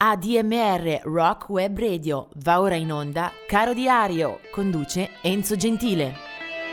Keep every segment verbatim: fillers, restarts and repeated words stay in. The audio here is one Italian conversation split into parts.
A D M R Rock Web Radio va ora in onda Caro Diario, conduce Enzo Gentile.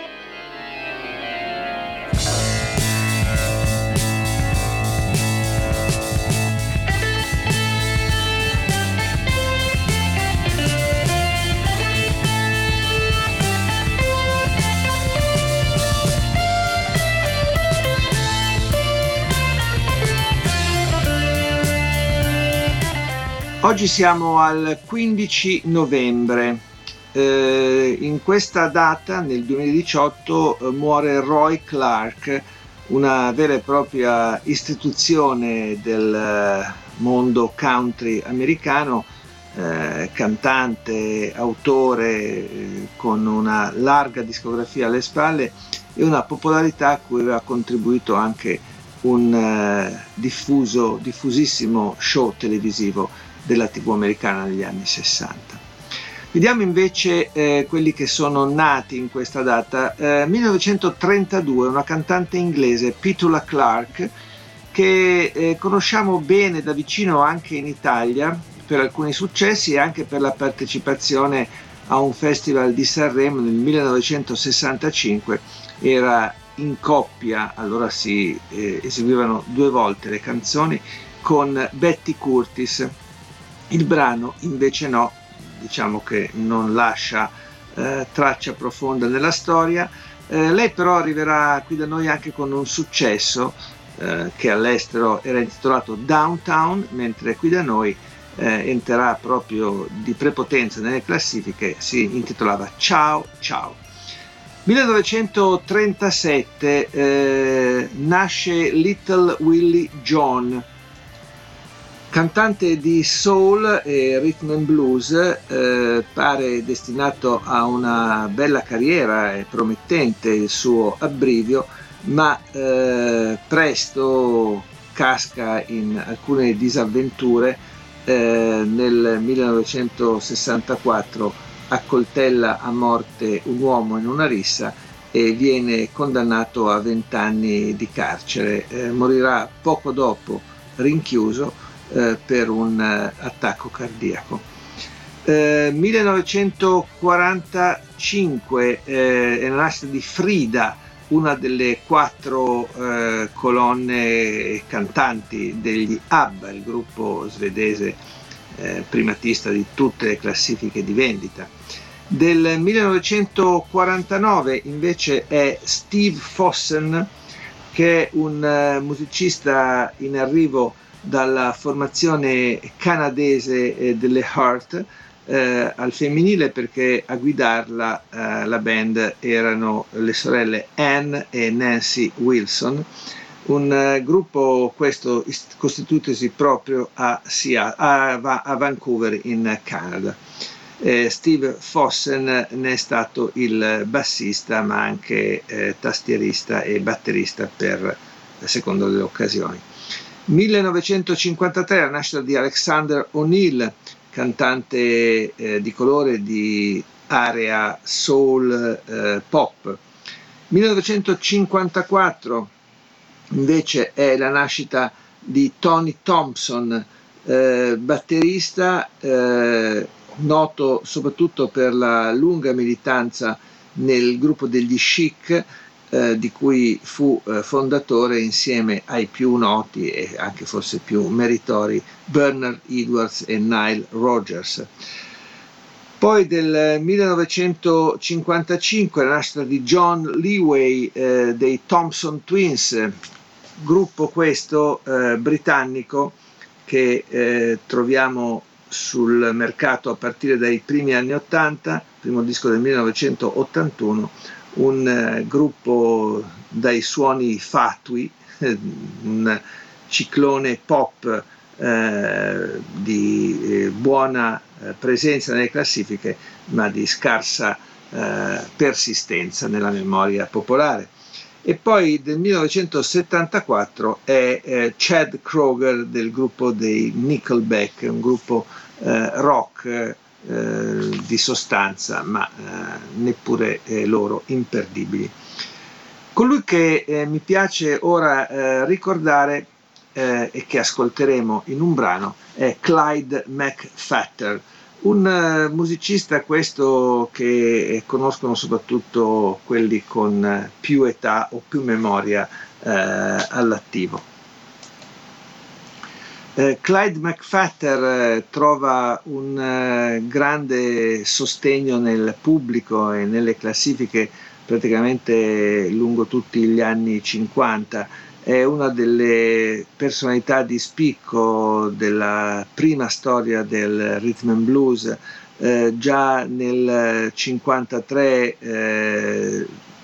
Oggi siamo al quindici novembre, eh, in questa data nel duemiladiciotto eh, muore Roy Clark, una vera e propria istituzione del eh, mondo country americano, eh, cantante, autore eh, con una larga discografia alle spalle e una popolarità a cui aveva contribuito anche un eh, diffuso, diffusissimo show televisivo della tivù americana negli anni sessanta. Vediamo invece eh, quelli che sono nati in questa data. Eh, millenovecentotrentadue, una cantante inglese, Petula Clark, che eh, conosciamo bene da vicino anche in Italia per alcuni successi e anche per la partecipazione a un festival di Sanremo nel millenovecentosessantacinque. Era in coppia, allora si eh, eseguivano due volte le canzoni, con Betty Curtis. Il brano invece no, diciamo che non lascia eh, traccia profonda nella storia. Eh, lei però arriverà qui da noi anche con un successo eh, che all'estero era intitolato Downtown, mentre qui da noi eh, entrerà proprio di prepotenza nelle classifiche, si intitolava Ciao Ciao. millenovecentotrentasette eh, nasce Little Willie John, cantante di soul e rhythm and blues, eh, pare destinato a una bella carriera e promettente il suo abbrivio, ma eh, presto casca in alcune disavventure. Eh, nel millenovecentosessantaquattro accoltella a morte un uomo in una rissa e viene condannato a vent'anni di carcere. Eh, morirà poco dopo rinchiuso Eh, per un eh, attacco cardiaco. Eh, millenovecentoquarantacinque eh, è la nascita di Frida, una delle quattro eh, colonne cantanti degli ABBA, il gruppo svedese eh, primatista di tutte le classifiche di vendita. Del millenovecentoquarantanove invece è Steve Fossen, che è un uh, musicista in arrivo dalla formazione canadese eh, delle Heart, eh, al femminile, perché a guidarla eh, la band erano le sorelle Anne e Nancy Wilson, un eh, gruppo questo ist- costituitosi proprio a, Sia- a, a Vancouver in Canada. Eh, Steve Fossen ne è stato il bassista, ma anche eh, tastierista e batterista per secondo le occasioni. millenovecentocinquantatré la nascita di Alexander O'Neill, cantante eh, di colore di area soul eh, pop. millenovecentocinquantaquattro invece è la nascita di Tony Thompson, eh, batterista eh, noto soprattutto per la lunga militanza nel gruppo degli Chic, Eh, di cui fu eh, fondatore insieme ai più noti e anche forse più meritori Bernard Edwards e Nile Rodgers. Poi del millenovecentocinquantacinque la nascita di John Lewey eh, dei Thompson Twins, gruppo questo eh, britannico che eh, troviamo sul mercato a partire dai primi anni ottanta, primo disco del millenovecentottantuno, un eh, gruppo dai suoni fatui, eh, un ciclone pop eh, di eh, buona eh, presenza nelle classifiche, ma di scarsa eh, persistenza nella memoria popolare. E poi del millenovecentosettantaquattro è eh, Chad Kroeger del gruppo dei Nickelback, un gruppo eh, rock eh, di sostanza, ma eh, neppure eh, loro imperdibili. Colui che eh, mi piace ora eh, ricordare eh, e che ascolteremo in un brano è Clyde McPhatter, un uh, musicista questo che conoscono soprattutto quelli con più età o più memoria eh, all'attivo. Eh, Clyde McPhatter eh, trova un eh, grande sostegno nel pubblico e nelle classifiche praticamente lungo tutti gli anni cinquanta. È una delle personalità di spicco della prima storia del rhythm and blues. Eh, già nel cinquantatré eh,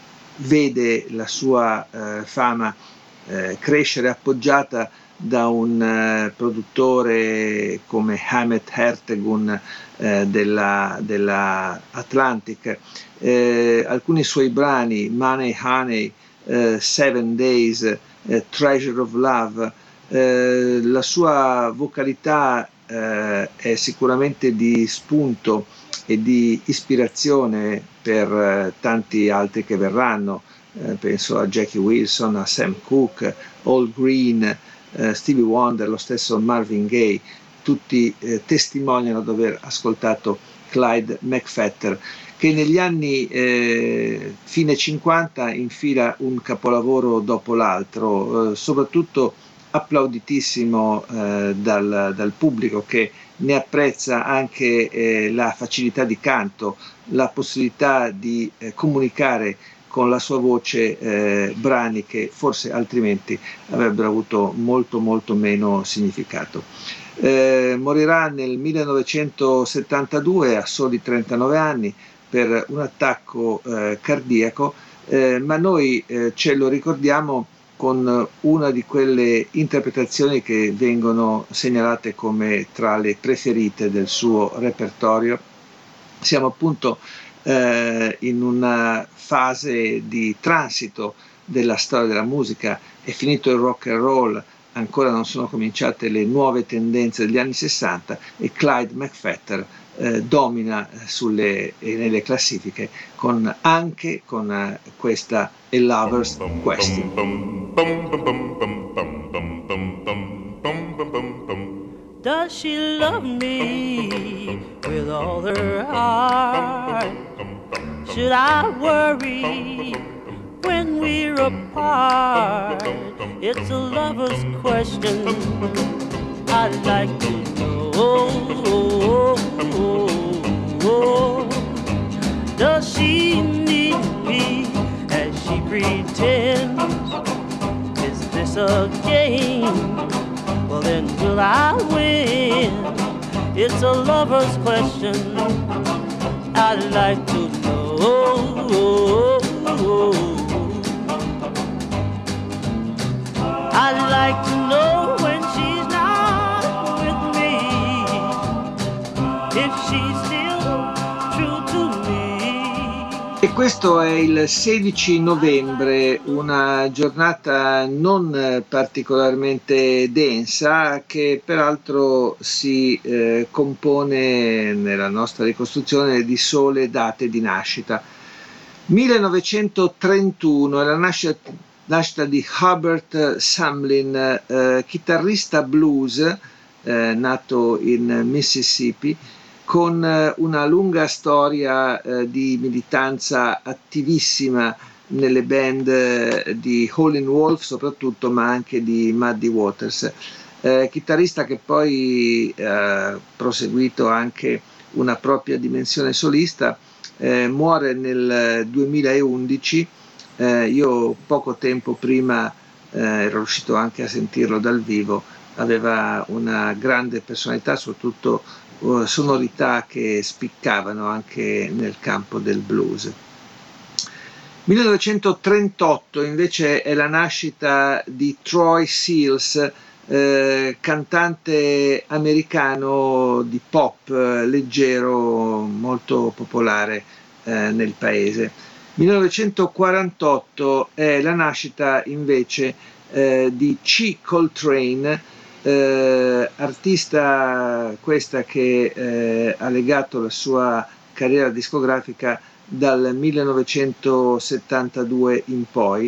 vede la sua eh, fama eh, crescere appoggiata da un eh, produttore come Hamet Ertegun eh, della, della Atlantic. Eh, alcuni suoi brani, Money Honey, eh, Seven Days, eh, Treasure of Love, eh, la sua vocalità eh, è sicuramente di spunto e di ispirazione per eh, tanti altri che verranno. Eh, penso a Jackie Wilson, a Sam Cooke, Al Green, Uh, Stevie Wonder, lo stesso Marvin Gaye, tutti eh, testimoniano di aver ascoltato Clyde McPhatter, che negli anni eh, fine cinquanta infila un capolavoro dopo l'altro, eh, soprattutto applauditissimo eh, dal, dal pubblico, che ne apprezza anche eh, la facilità di canto, la possibilità di eh, comunicare con la sua voce eh, brani che forse altrimenti avrebbero avuto molto molto meno significato. Eh, morirà nel millenovecentosettantadue a soli trentanove anni per un attacco eh, cardiaco, eh, ma noi eh, ce lo ricordiamo con una di quelle interpretazioni che vengono segnalate come tra le preferite del suo repertorio. Siamo appunto eh, in una fase di transito della storia della musica, è finito il rock and roll, ancora non sono cominciate le nuove tendenze degli anni sessanta e Clyde McPhatter eh, domina sulle, eh, nelle classifiche con, anche con eh, questa A Lover's Question. Does she love me with all her heart? Should I worry when we're apart? It's a lover's question I'd like to know. Does she need me as she pretends? Is this a game? Well then will I win? It's a lover's question I'd like to know. I'd like to know when she's not with me, if she's still true to me. E questo è il sedici novembre, una giornata non particolarmente densa che peraltro si eh, compone nella nostra ricostruzione di sole date di nascita. millenovecentotrentuno è la nascita, nascita di Hubert Sumlin, eh, chitarrista blues eh, nato in Mississippi, con una lunga storia eh, di militanza attivissima nelle band eh, di Howlin' Wolf soprattutto, ma anche di Muddy Waters. Eh, chitarrista che poi ha eh, proseguito anche una propria dimensione solista, eh, muore nel duemilaundici. Eh, io poco tempo prima eh, ero riuscito anche a sentirlo dal vivo, aveva una grande personalità, soprattutto sonorità che spiccavano anche nel campo del blues. millenovecentotrentotto invece è la nascita di Troy Seals, eh, cantante americano di pop eh, leggero, molto popolare eh, nel paese. millenovecentoquarantotto è la nascita invece eh, di C. Coltrane, Eh, artista questa che eh, ha legato la sua carriera discografica dal millenovecentosettantadue in poi.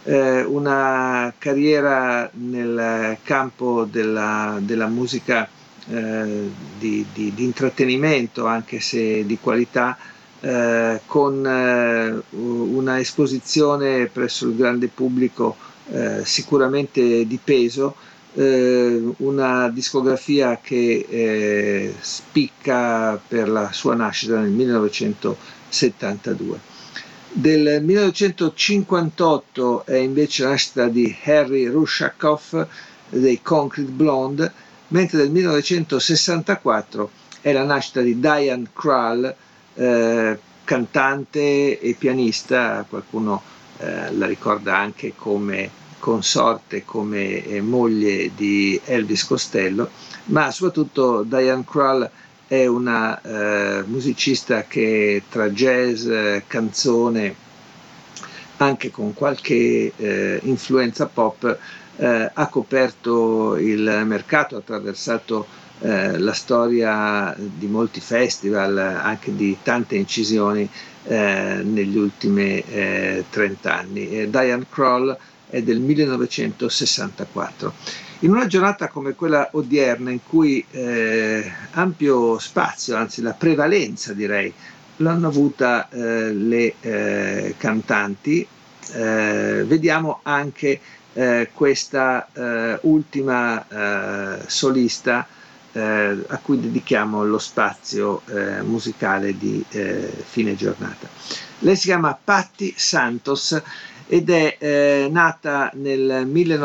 eh, una carriera nel campo della, della musica eh, di, di, di intrattenimento, anche se di qualità, eh, con eh, una esposizione presso il grande pubblico eh, sicuramente di peso, eh, una discografia che eh, spicca per la sua nascita nel millenovecentosettantadue. Del millenovecentocinquantotto è invece la nascita di Harry Rushakoff dei Concrete Blonde, mentre del millenovecentosessantaquattro è la nascita di Diane Krall, eh, cantante e pianista. Qualcuno eh, la ricorda anche come consorte, come eh, moglie di Elvis Costello, ma soprattutto Diane Krall è una eh, musicista che tra jazz, eh, canzone, anche con qualche eh, influenza pop, eh, ha coperto il mercato, ha attraversato eh, la storia di molti festival, anche di tante incisioni eh, negli ultimi eh, trent'anni. E Diane Krall è del millenovecentosessantaquattro. In una giornata come quella odierna, in cui eh, ampio spazio, anzi la prevalenza direi, l'hanno avuta eh, le eh, cantanti, eh, vediamo anche eh, questa eh, ultima eh, solista eh, a cui dedichiamo lo spazio eh, musicale di eh, fine giornata. Lei si chiama Patti Santos ed è eh, nata nel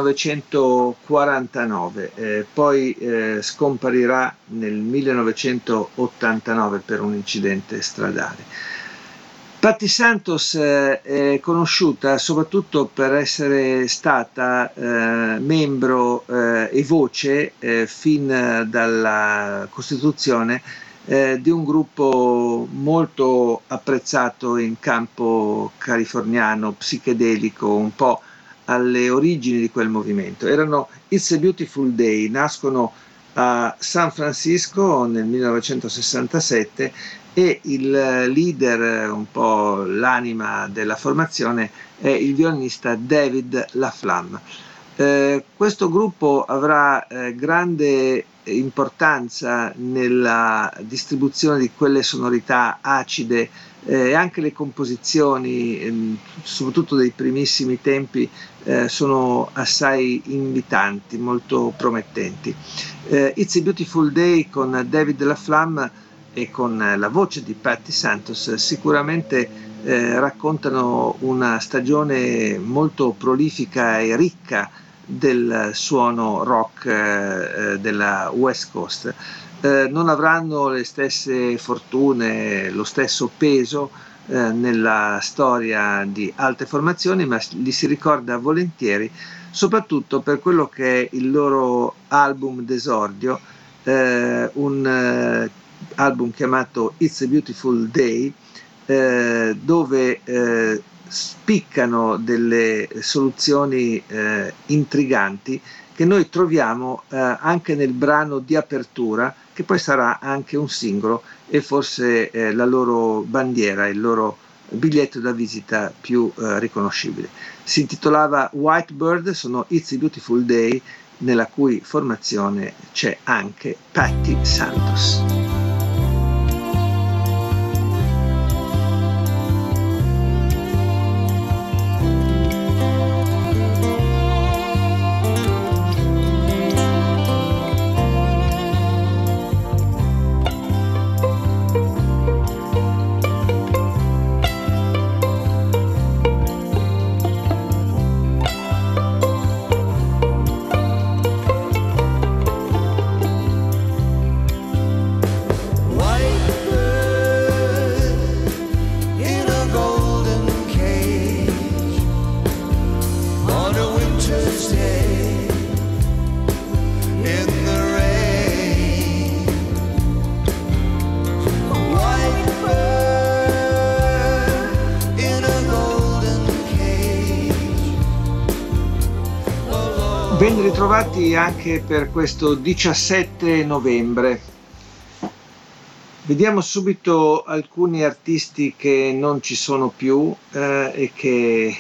millenovecentoquarantanove, eh, poi eh, scomparirà nel millenovecentottantanove per un incidente stradale. Patti Santos eh, è conosciuta soprattutto per essere stata eh, membro eh, e voce eh, fin dalla Costituzione Eh, di un gruppo molto apprezzato in campo californiano, psichedelico, un po' alle origini di quel movimento. Erano It's a Beautiful Day, nascono a San Francisco nel millenovecentosessantasette e il leader, un po' l'anima della formazione, è il violinista David LaFlamme. Eh, questo gruppo avrà eh, grande importanza nella distribuzione di quelle sonorità acide e eh, anche le composizioni, eh, soprattutto dei primissimi tempi, eh, sono assai invitanti, molto promettenti. Eh, It's a Beautiful Day con David LaFlamme e con la voce di Patti Santos sicuramente eh, raccontano una stagione molto prolifica e ricca del suono rock eh, della West Coast. Eh, non avranno le stesse fortune, lo stesso peso eh, nella storia di altre formazioni, ma li si ricorda volentieri, soprattutto per quello che è il loro album d'esordio, eh, un eh, album chiamato It's a Beautiful Day, eh, dove eh, spiccano delle soluzioni eh, intriganti che noi troviamo eh, anche nel brano di apertura, che poi sarà anche un singolo e forse eh, la loro bandiera, il loro biglietto da visita più eh, riconoscibile. Si intitolava White Bird, sono It's a Beautiful Day, nella cui formazione c'è anche Patti Santos. Ben ritrovati anche per questo diciassette novembre. Vediamo subito alcuni artisti che non ci sono più eh, e che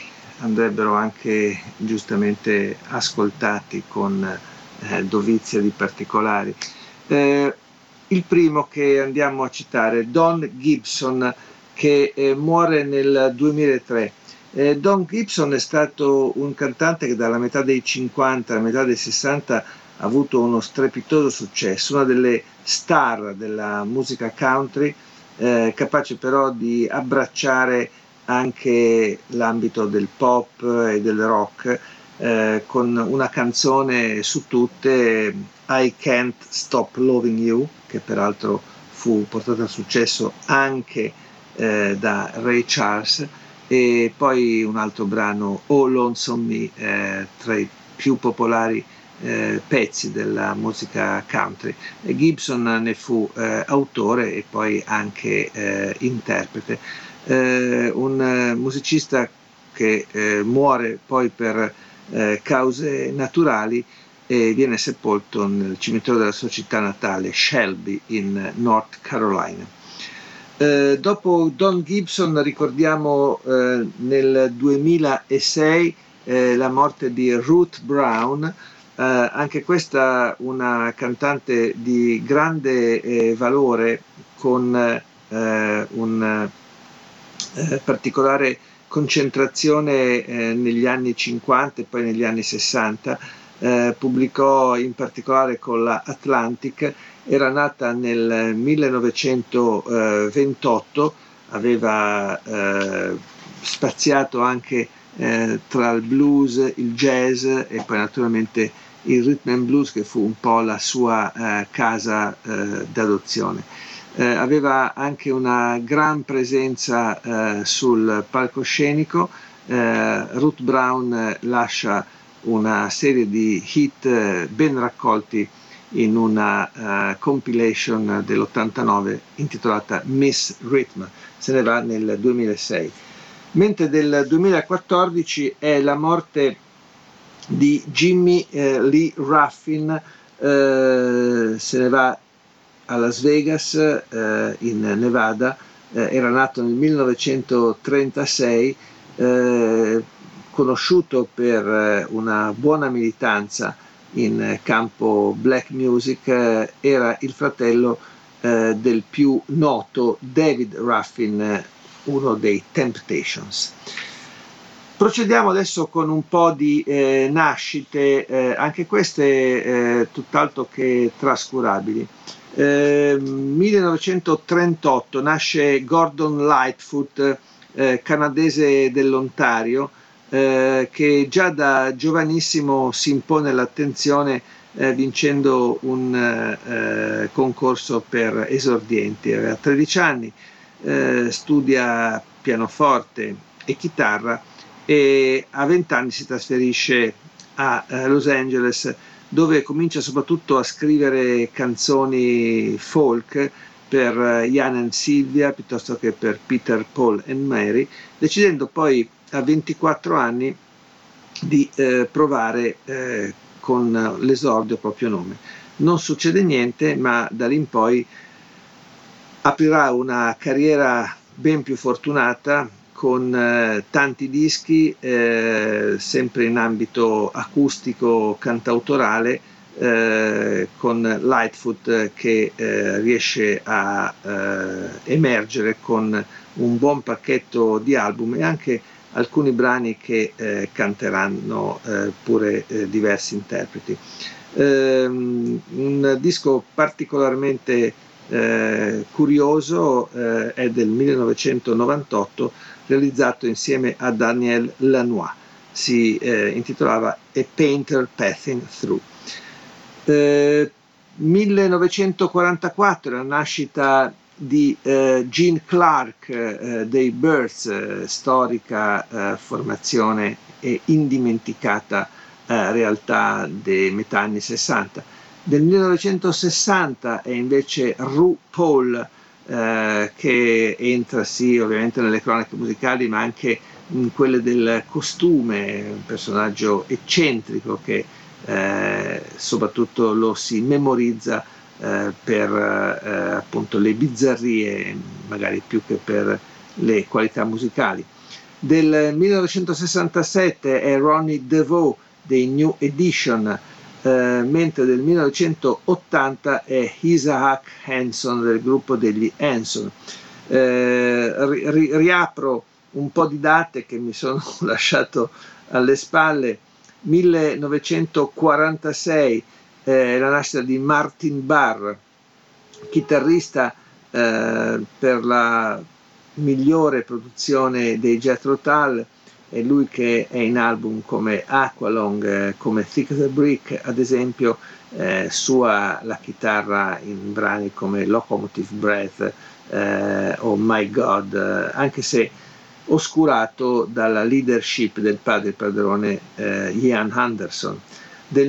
andrebbero anche giustamente ascoltati con eh, dovizia di particolari. Eh, il primo che andiamo a citare, Don Gibson, che eh, muore nel duemilatré. Eh, Don Gibson è stato un cantante che dalla metà dei cinquanta alla metà dei sessanta ha avuto uno strepitoso successo, una delle star della musica country, eh, capace però di abbracciare anche l'ambito del pop e del rock, eh, con una canzone su tutte, I Can't Stop Loving You, che peraltro fu portata a successo anche eh, da Ray Charles, e poi un altro brano, Oh Lonesome Me, eh, tra i più popolari eh, pezzi della musica country. E Gibson ne fu eh, autore e poi anche eh, interprete. Eh, un eh, musicista che eh, muore poi per eh, cause naturali e viene sepolto nel cimitero della sua città natale, Shelby, in North Carolina. Eh, dopo Don Gibson ricordiamo eh, nel duemilasei eh, la morte di Ruth Brown, eh, anche questa una cantante di grande eh, valore, con eh, un eh, particolare concentrazione eh, negli anni cinquanta e poi negli anni sessanta. Eh, pubblicò in particolare con la Atlantic. Era nata nel millenovecentoventotto, aveva eh, spaziato anche eh, tra il blues, il jazz e poi naturalmente il rhythm and blues, che fu un po' la sua eh, casa eh, d'adozione. Eh, aveva anche una gran presenza eh, sul palcoscenico. eh, Ruth Brown eh, lascia una serie di hit eh, ben raccolti in una uh, compilation dell'ottantanove intitolata Miss Rhythm, se ne va nel duemilasei. Mentre del duemilaquattordici è la morte di Jimmy eh, Lee Ruffin, eh, se ne va a Las Vegas eh, in Nevada. Eh, era nato nel millenovecentotrentasei, eh, conosciuto per eh, una buona militanza in campo black music. Eh, era il fratello eh, del più noto David Ruffin, eh, uno dei Temptations. Procediamo adesso con un po' di eh, nascite, eh, anche queste eh, tutt'altro che trascurabili. Eh, millenovecentotrentotto nasce Gordon Lightfoot, eh, canadese dell'Ontario, eh, che già da giovanissimo si impone l'attenzione eh, vincendo un eh, concorso per esordienti. Aveva tredici anni, eh, studia pianoforte e chitarra e a venti anni si trasferisce a eh, Los Angeles, dove comincia soprattutto a scrivere canzoni folk per Ian and Sylvia piuttosto che per Peter, Paul and Mary, decidendo poi a ventiquattro anni di eh, provare eh, con l'esordio a proprio nome. Non succede niente, ma da lì in poi aprirà una carriera ben più fortunata, con eh, tanti dischi, eh, sempre in ambito acustico cantautorale, eh, con Lightfoot che eh, riesce a eh, emergere con un buon pacchetto di album e anche alcuni brani che eh, canteranno eh, pure eh, diversi interpreti. Um, un disco particolarmente eh, curioso eh, è del millenovecentonovantotto, realizzato insieme a Daniel Lanois. Si eh, intitolava A Painter Passing Through. Eh, millenovecentoquarantaquattro, la nascita di eh, Gene Clark eh, dei Byrds, eh, storica eh, formazione e indimenticata eh, realtà dei metà anni sessanta. Del millenovecentosessanta è invece Ru Paul, eh, che entra sì ovviamente nelle cronache musicali, ma anche in quelle del costume, un personaggio eccentrico che eh, soprattutto lo si memorizza eh, per eh, appunto le bizzarrie, magari più che per le qualità musicali. Del millenovecentosessantasette è Ronnie DeVoe dei New Edition, eh, mentre del millenovecentottanta è Isaac Hanson del gruppo degli Hanson. Eh, ri- riapro un po' di date che mi sono lasciato alle spalle. millenovecentoquarantasei è la nascita di Martin Barr, chitarrista eh, per la migliore produzione dei Jethro Tull. È lui che è in album come Aqualung, eh, come Thick as a Brick, ad esempio, eh, sua la chitarra in brani come Locomotive Breath eh, o My God, eh, anche se oscurato dalla leadership del padre padrone eh, Ian Anderson. Del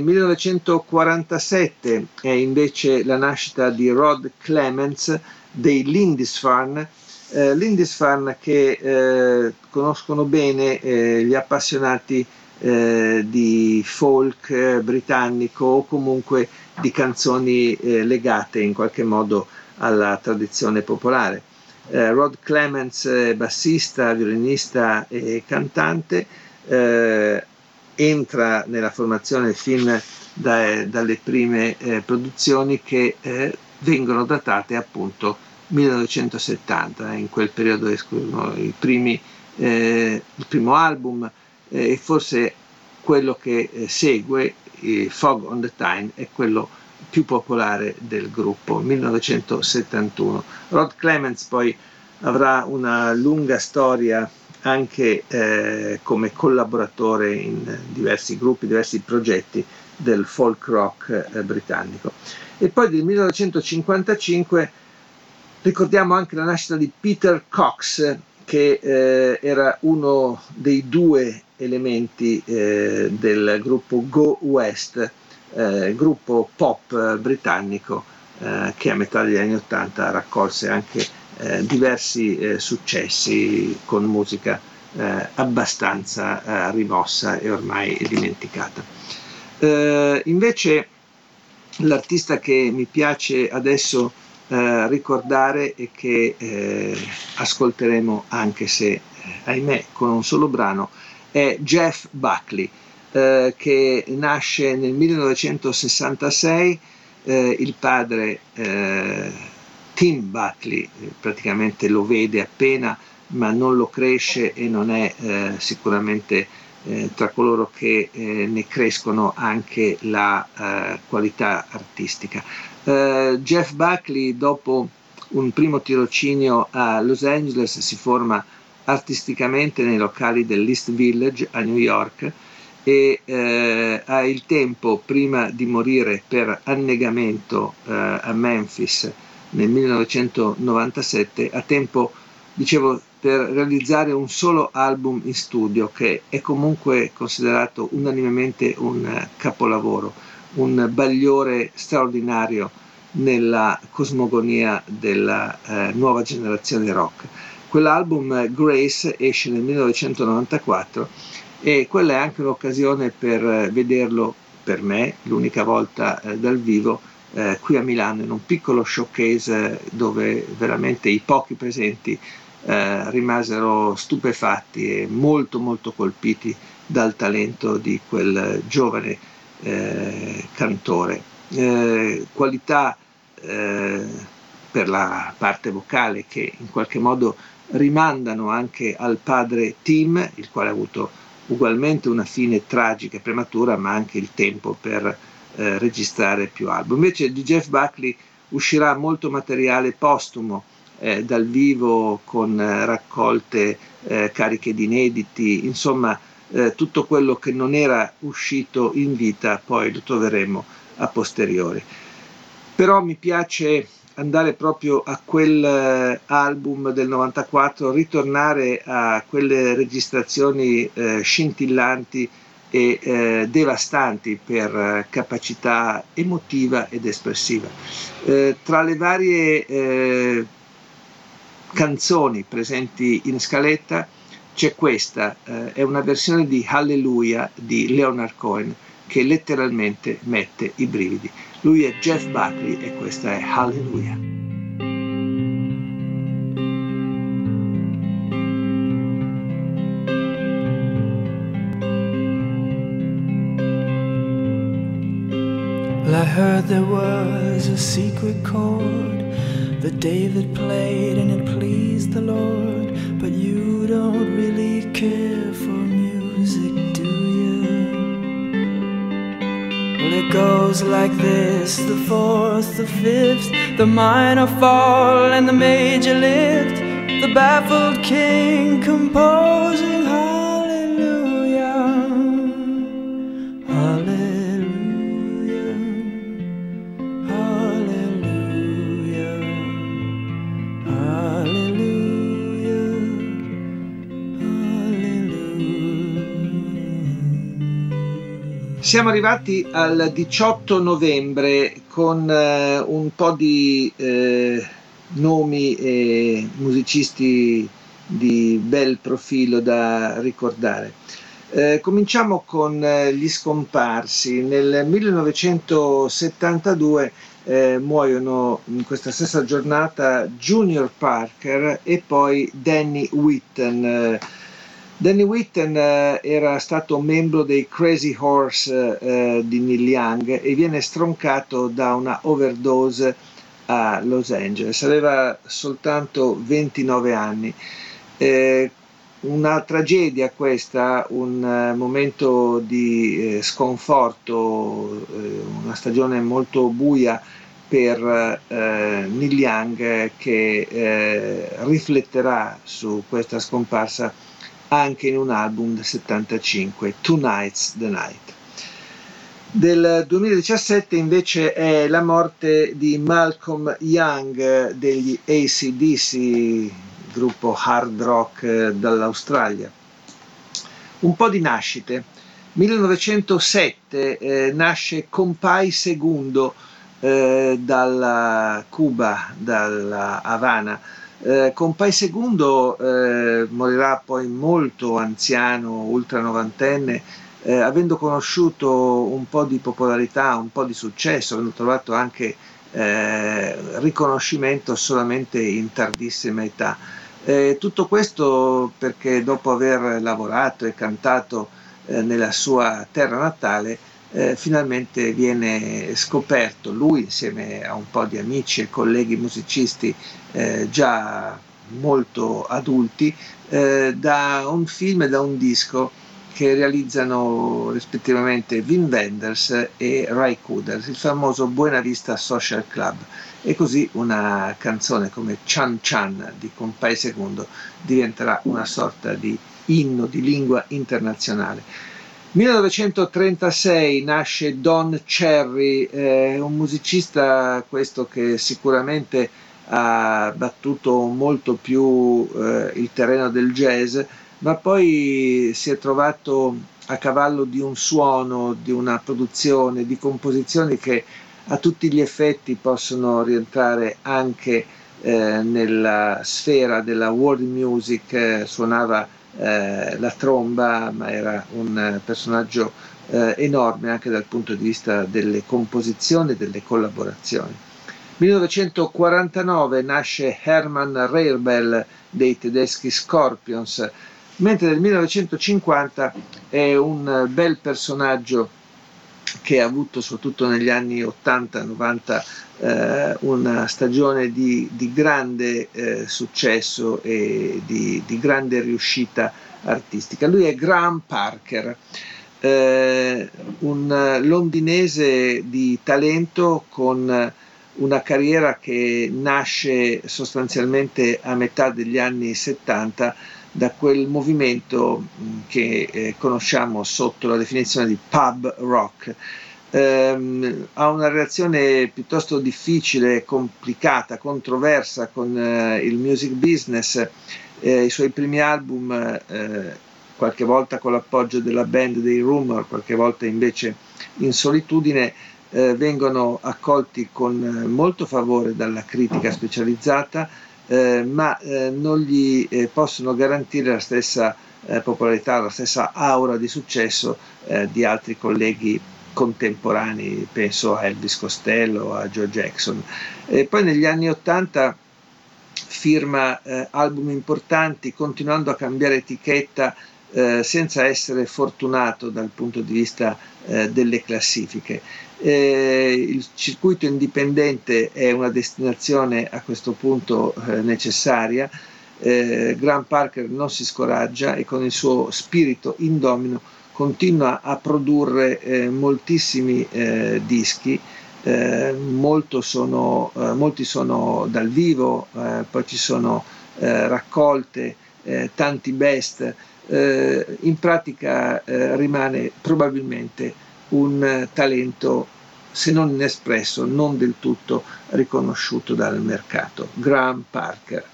millenovecentoquarantasette è invece la nascita di Rod Clements dei Lindisfarne, eh, Lindisfarne che eh, conoscono bene eh, gli appassionati eh, di folk eh, britannico o comunque di canzoni eh, legate in qualche modo alla tradizione popolare. Eh, Rod Clements è bassista, violinista e cantante, eh, entra nella formazione fin da, dalle prime eh, produzioni che eh, vengono datate appunto millenovecentosettanta, in quel periodo escono i primi, eh, il primo album eh, e forse quello che eh, segue, eh, Fog on the Tyne, è quello più popolare del gruppo, millenovecentosettantuno. Rod Clements poi avrà una lunga storia anche eh, come collaboratore in diversi gruppi, diversi progetti del folk rock eh, britannico. E poi del millenovecentocinquantacinque ricordiamo anche la nascita di Peter Cox, che eh, era uno dei due elementi eh, del gruppo Go West, eh, gruppo pop britannico eh, che a metà degli anni Ottanta raccolse anche eh, diversi eh, successi con musica eh, abbastanza eh, rimossa e ormai dimenticata. Eh, invece l'artista che mi piace adesso eh, ricordare e che eh, ascolteremo anche se eh, ahimè con un solo brano è Jeff Buckley, eh, che nasce nel millenovecentosessantasei. Eh, il padre eh, Tim Buckley eh, praticamente lo vede appena, ma non lo cresce e non è eh, sicuramente eh, tra coloro che eh, ne crescono anche la eh, qualità artistica. Eh, Jeff Buckley, dopo un primo tirocinio a Los Angeles, si forma artisticamente nei locali dell'East Village a New York e eh, ha il tempo, prima di morire per annegamento eh, a Memphis nel millenovecentonovantasette, ha tempo, dicevo, per realizzare un solo album in studio che è comunque considerato unanimemente un capolavoro, un bagliore straordinario nella cosmogonia della eh, nuova generazione rock. Quell'album Grace esce nel millenovecentonovantaquattro e quella è anche un'occasione per vederlo, per me, l'unica volta eh, dal vivo, eh, qui a Milano, in un piccolo showcase dove veramente i pochi presenti eh, rimasero stupefatti e molto molto colpiti dal talento di quel giovane eh, cantore. Eh, qualità eh, per la parte vocale che in qualche modo rimandano anche al padre Tim, il quale ha avuto ugualmente una fine tragica e prematura, ma anche il tempo per eh, registrare più album. Invece di Jeff Buckley uscirà molto materiale postumo eh, dal vivo, con eh, raccolte eh, cariche di inediti, insomma eh, tutto quello che non era uscito in vita poi lo troveremo a posteriori. Però mi piace andare proprio a quel eh, album del novantaquattro, ritornare a quelle registrazioni eh, scintillanti e eh, devastanti per eh, capacità emotiva ed espressiva. Eh, tra le varie eh, canzoni presenti in scaletta c'è questa, eh, è una versione di Hallelujah di Leonard Cohen che letteralmente mette i brividi. Lui è Jeff Buckley e questa è Hallelujah. But there was a secret chord that David played and it pleased the Lord. But you don't really care for music, do you? Well, it goes like this: the fourth, the fifth, the minor fall and the major lift, the baffled king composing hallelujah, hallelujah, hallelujah, hallelujah, hallelujah. Siamo arrivati al diciotto novembre con eh, un po' di eh, nomi e musicisti di bel profilo da ricordare. Eh, cominciamo con eh, gli scomparsi. Nel millenovecentosettantadue eh, muoiono in questa stessa giornata Junior Parker e poi Danny Whitten. Eh, Danny Whitten eh, era stato membro dei Crazy Horse eh, di Neil Young e viene stroncato da una overdose a Los Angeles. Aveva soltanto ventinove anni. Eh, una tragedia questa, un uh, momento di eh, sconforto, eh, una stagione molto buia per eh, Neil Young, che eh, rifletterà su questa scomparsa anche in un album del settantacinque, Tonight's the Night. Del duemiladiciassette invece è la morte di Malcolm Young degli A C D C, gruppo hard rock dall'Australia. Un po' di nascite. millenovecentosette eh, nasce Compay Segundo eh, dalla Cuba, dalla Havana. Eh, Compay Segundo eh, morirà poi molto anziano, ultra novantenne, eh, avendo conosciuto un po' di popolarità, un po' di successo, avendo trovato anche eh, riconoscimento solamente in tardissima età. Eh, tutto questo perché dopo aver lavorato e cantato eh, nella sua terra natale, eh, finalmente viene scoperto, lui insieme a un po' di amici e colleghi musicisti eh, già molto adulti, eh, da un film e da un disco che realizzano rispettivamente Wim Wenders e Ray Cooders, il famoso Buena Vista Social Club. E così una canzone come Chan Chan di Compay Segundo diventerà una sorta di inno di lingua internazionale. millenovecentotrentasei nasce Don Cherry, eh, un musicista questo che sicuramente ha battuto molto più eh, il terreno del jazz, ma poi si è trovato a cavallo di un suono, di una produzione, di composizioni che a tutti gli effetti possono rientrare anche eh, nella sfera della world music. Eh, suonava eh, la tromba, ma era un eh, personaggio eh, enorme anche dal punto di vista delle composizioni e delle collaborazioni. millenovecentoquarantanove nasce Hermann Rarebell dei tedeschi Scorpions, mentre nel millenovecentocinquanta è un bel personaggio che ha avuto soprattutto negli anni ottanta novanta eh, una stagione di, di grande eh, successo e di, di grande riuscita artistica. Lui è Graham Parker, eh, un londinese di talento con una carriera che nasce sostanzialmente a metà degli anni settanta da quel movimento che eh, conosciamo sotto la definizione di pub rock. Ehm, ha una relazione piuttosto difficile, complicata, controversa con eh, il music business. Eh, i suoi primi album, eh, qualche volta con l'appoggio della band dei Rumor, qualche volta invece in solitudine, eh, vengono accolti con molto favore dalla critica specializzata, Eh, ma eh, non gli eh, possono garantire la stessa eh, popolarità, la stessa aura di successo eh, di altri colleghi contemporanei, penso a Elvis Costello, a Joe Jackson. E poi negli anni ottanta firma eh, album importanti, continuando a cambiare etichetta eh, senza essere fortunato dal punto di vista eh, delle classifiche. Eh, il circuito indipendente è una destinazione a questo punto eh, necessaria. eh, Graham Parker non si scoraggia e con il suo spirito indomito continua a produrre eh, moltissimi eh, dischi. Eh, molto sono, eh, molti sono dal vivo, eh, poi ci sono eh, raccolte, eh, tanti best. Eh, in pratica eh, rimane probabilmente un eh, talento, se non inespresso, non del tutto riconosciuto dal mercato. Graham Parker.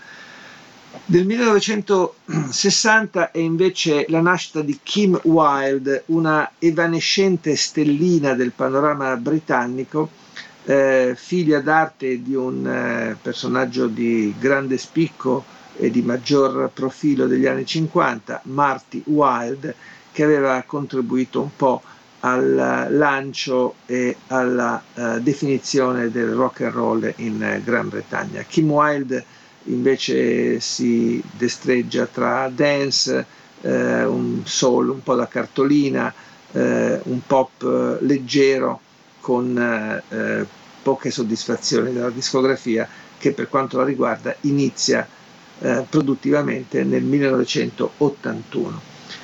Del millenovecentosessanta è invece la nascita di Kim Wilde, una evanescente stellina del panorama britannico, eh, figlia d'arte di un eh, personaggio di grande spicco e di maggior profilo degli anni cinquanta, Marty Wilde, che aveva contribuito un po' al lancio e alla uh, definizione del rock and roll in uh, Gran Bretagna. Kim Wilde invece si destreggia tra dance, eh, un soul un po' da cartolina, eh, un pop eh, leggero con eh, poche soddisfazioni della discografia, che per quanto la riguarda inizia eh, produttivamente nel millenovecentottantuno.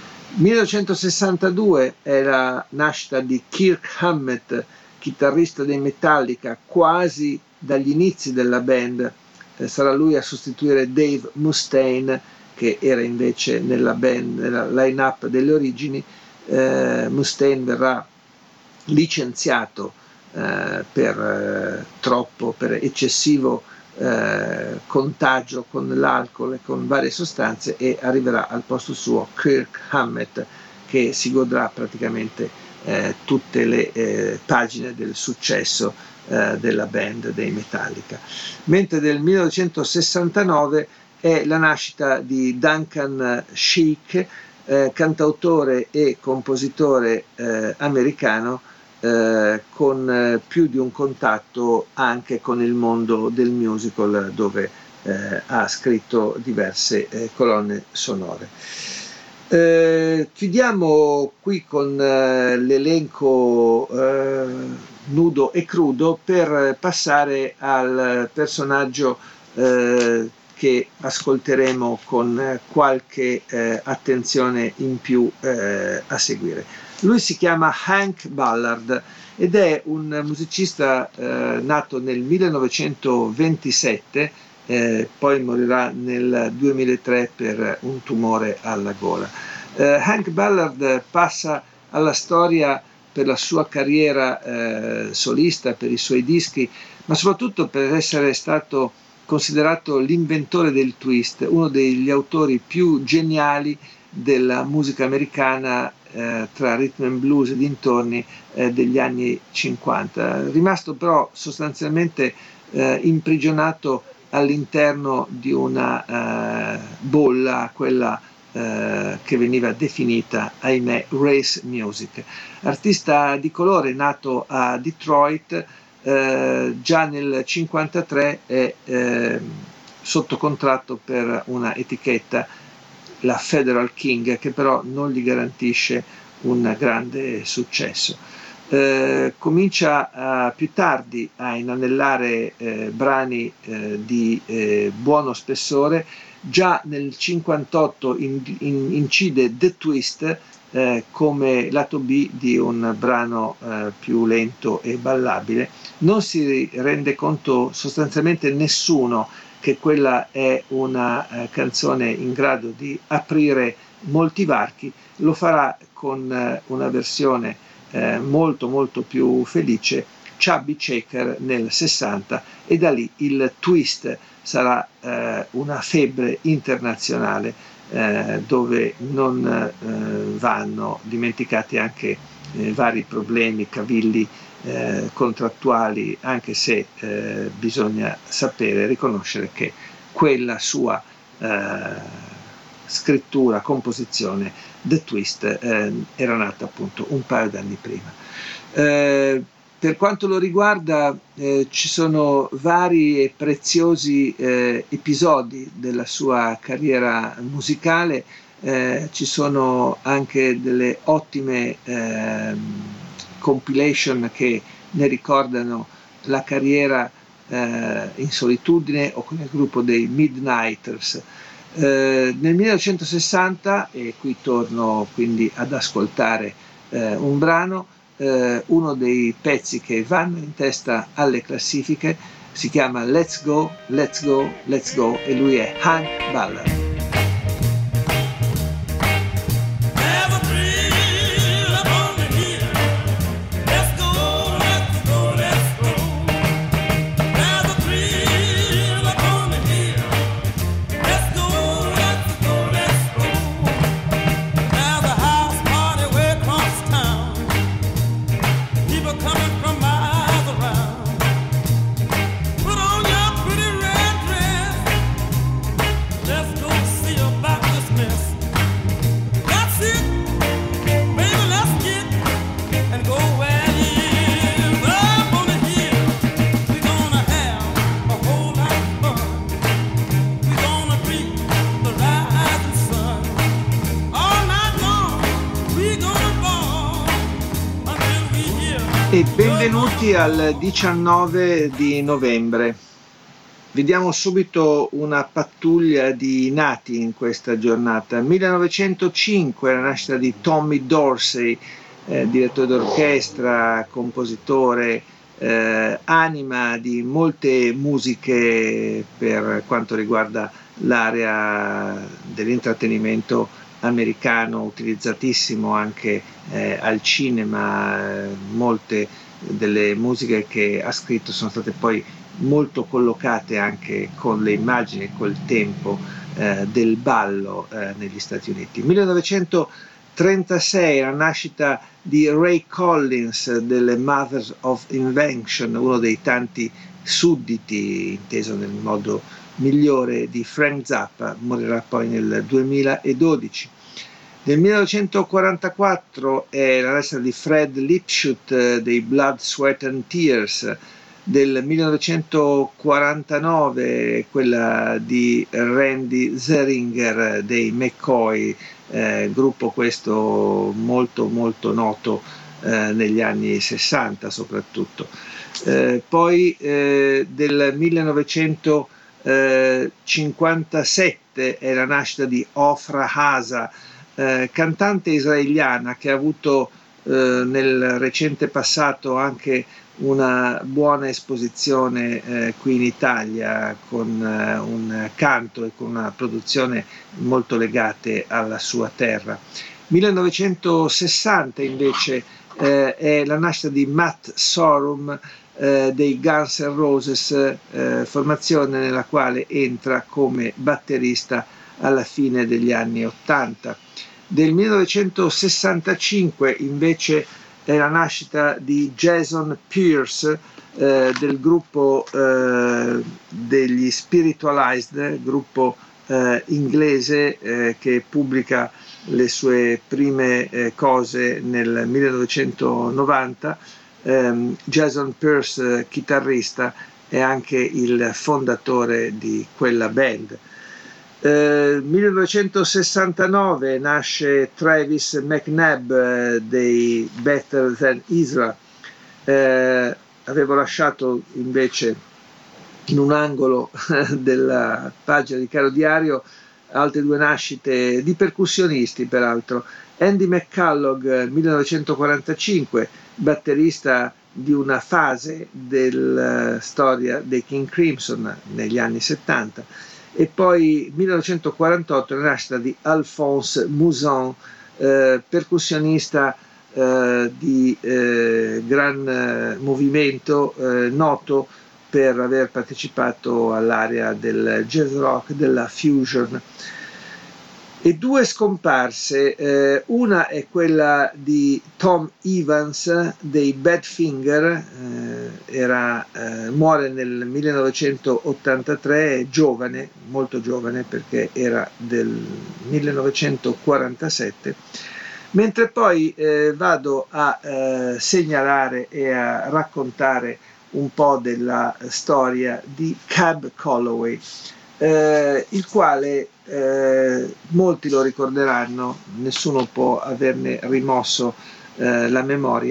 millenovecentosessantadue è la nascita di Kirk Hammett, chitarrista dei Metallica quasi dagli inizi della band. Eh, sarà lui a sostituire Dave Mustaine, che era invece nella band, nella line-up delle origini. Eh, Mustaine verrà licenziato eh, per eh, troppo, per eccessivo eh, contagio con l'alcol e con varie sostanze, e arriverà al posto suo Kirk Hammett, che si godrà praticamente eh, tutte le eh, pagine del successo eh, della band dei Metallica. Mentre del millenovecentosessantanove è la nascita di Duncan Sheik, eh, cantautore e compositore eh, americano, Eh, con eh, più di un contatto anche con il mondo del musical, dove eh, ha scritto diverse eh, colonne sonore. Eh, chiudiamo qui con eh, l'elenco eh, nudo e crudo per passare al personaggio eh, che ascolteremo con eh, qualche eh, attenzione in più eh, a seguire. Lui si chiama Hank Ballard ed è un musicista eh, nato nel millenovecentoventisette, eh, poi morirà nel duemilatré per un tumore alla gola. Eh, Hank Ballard passa alla storia per la sua carriera eh, solista, per i suoi dischi, ma soprattutto per essere stato considerato l'inventore del twist, uno degli autori più geniali della musica americana eh, tra rhythm and blues e dintorni eh, degli anni cinquanta, rimasto però sostanzialmente eh, imprigionato all'interno di una eh, bolla, quella eh, che veniva definita, ahimè, race music. Artista di colore nato a Detroit, eh, già nel cinquantatré è eh, sotto contratto per una etichetta, la Federal King, che però non gli garantisce un grande successo. Eh, comincia a, più tardi a inanellare eh, brani eh, di eh, buono spessore. Già nel cinquantotto in, in, incide The Twist eh, come lato B di un brano eh, più lento e ballabile. Non si rende conto sostanzialmente nessuno che quella è una eh, canzone in grado di aprire molti varchi. Lo farà con eh, una versione eh, molto molto più felice, Chubby Checker, nel sessanta, e da lì il twist sarà eh, una febbre internazionale eh, dove non eh, vanno dimenticati anche eh, vari problemi, cavilli Eh, contrattuali, anche se eh, bisogna sapere riconoscere che quella sua eh, scrittura, composizione, The Twist, eh, era nata appunto un paio d'anni prima. Eh, per quanto lo riguarda eh, ci sono vari e preziosi eh, episodi della sua carriera musicale, eh, ci sono anche delle ottime eh, compilation che ne ricordano la carriera eh, in solitudine o con il gruppo dei Midnighters. Eh, nel millenovecentosessanta, e qui torno quindi ad ascoltare eh, un brano, eh, uno dei pezzi che vanno in testa alle classifiche si chiama Let's Go, Let's Go, Let's Go e lui è Hank Ballard. E benvenuti al diciannove di novembre. Vediamo subito una pattuglia di nati in questa giornata. millenovecentocinque, la nascita di Tommy Dorsey, eh, direttore d'orchestra, compositore, eh, anima di molte musiche per quanto riguarda l'area dell'intrattenimento americano, utilizzatissimo anche eh, al cinema. Eh, molte delle musiche che ha scritto sono state poi molto collocate anche con le immagini e col tempo eh, del ballo eh, negli Stati Uniti. millenovecentotrentasei, la nascita di Ray Collins delle Mothers of Invention, uno dei tanti sudditi, inteso nel modo migliore, di Frank Zappa. Morirà poi nel duemiladodici. Nel millenovecentoquarantaquattro è la nascita di Fred Lipschutz dei Blood, Sweat and Tears. Del millenovecentoquarantanove quella di Randy Zeringer dei McCoy, eh, gruppo questo molto molto noto eh, negli anni sessanta soprattutto. Eh, poi eh, del millenovecentocinquantasette è la nascita di Ofra Hasa, eh, cantante israeliana che ha avuto eh, nel recente passato anche una buona esposizione eh, qui in Italia con eh, un canto e con una produzione molto legate alla sua terra. millenovecentosessanta invece eh, è la nascita di Matt Sorum eh, dei Guns N' Roses, eh, formazione nella quale entra come batterista alla fine degli anni ottanta. Del millenovecentosessantacinque invece è la nascita di Jason Pierce eh, del gruppo eh, degli Spiritualized, gruppo eh, inglese eh, che pubblica le sue prime eh, cose nel millenovecentonovanta. Um, Jason Pierce, chitarrista, è anche il fondatore di quella band. Uh, millenovecentosessantanove nasce Travis McNabb eh, dei Better Than Ezra. Uh, avevo lasciato invece in un angolo della pagina di Caro Diario altre due nascite di percussionisti, peraltro. Andy McCullough, millenovecentoquarantacinque, batterista di una fase della storia dei King Crimson negli anni settanta, e poi millenovecentoquarantotto la nascita di Alphonse Mouzon, eh, percussionista eh, di eh, gran eh, movimento, eh, noto per aver partecipato all'area del jazz rock, della fusion. E due scomparse, eh, una è quella di Tom Evans dei Badfinger, eh, era, eh, muore nel millenovecentottantatré, è giovane, molto giovane perché era del millenovecentoquarantasette, mentre poi eh, vado a eh, segnalare e a raccontare un po' della storia di Cab Calloway, eh, il quale eh, molti lo ricorderanno, nessuno può averne rimosso eh, la memoria,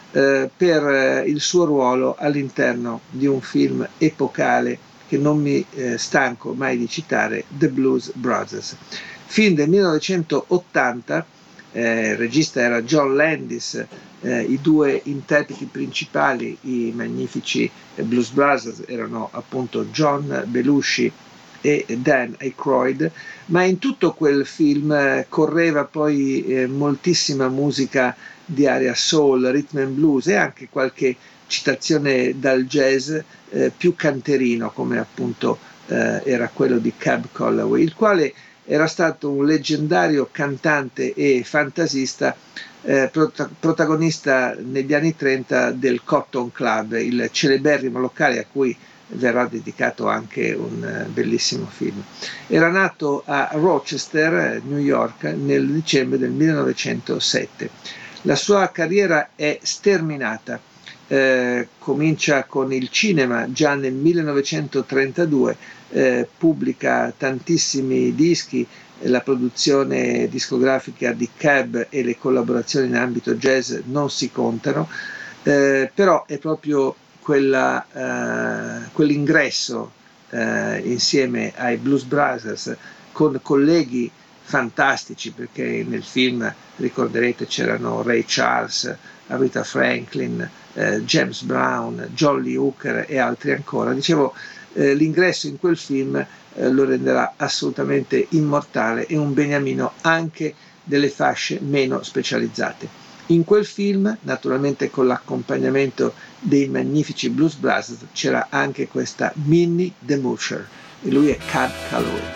eh, per eh, il suo ruolo all'interno di un film epocale che non mi eh, stanco mai di citare, The Blues Brothers. Film del millenovecentottanta, eh, il regista era John Landis, eh, i due interpreti principali, i magnifici Blues Brothers, erano appunto John Belushi e Dan Aykroyd, ma in tutto quel film eh, correva poi eh, moltissima musica di area soul, rhythm and blues e anche qualche citazione dal jazz eh, più canterino, come appunto eh, era quello di Cab Calloway, il quale era stato un leggendario cantante e fantasista, eh, prot- protagonista negli anni trenta del Cotton Club, il celeberrimo locale a cui verrà dedicato anche un uh, bellissimo film. Era nato a Rochester, New York, nel dicembre del millenovecentosette. La sua carriera è sterminata. Eh, comincia con il cinema già nel millenovecentotrentadue, eh, pubblica tantissimi dischi, la produzione discografica di Cab e le collaborazioni in ambito jazz non si contano, eh, però è proprio quella, eh, quell'ingresso eh, insieme ai Blues Brothers con colleghi fantastici, perché nel film ricorderete c'erano Ray Charles, Aretha Franklin, eh, James Brown, John Lee Hooker e altri ancora. Dicevo, eh, l'ingresso in quel film eh, lo renderà assolutamente immortale e un beniamino anche delle fasce meno specializzate. In quel film, naturalmente con l'accompagnamento dei magnifici Blues Brothers, c'era anche questa Minnie the Moocher e lui è Cab Calloway.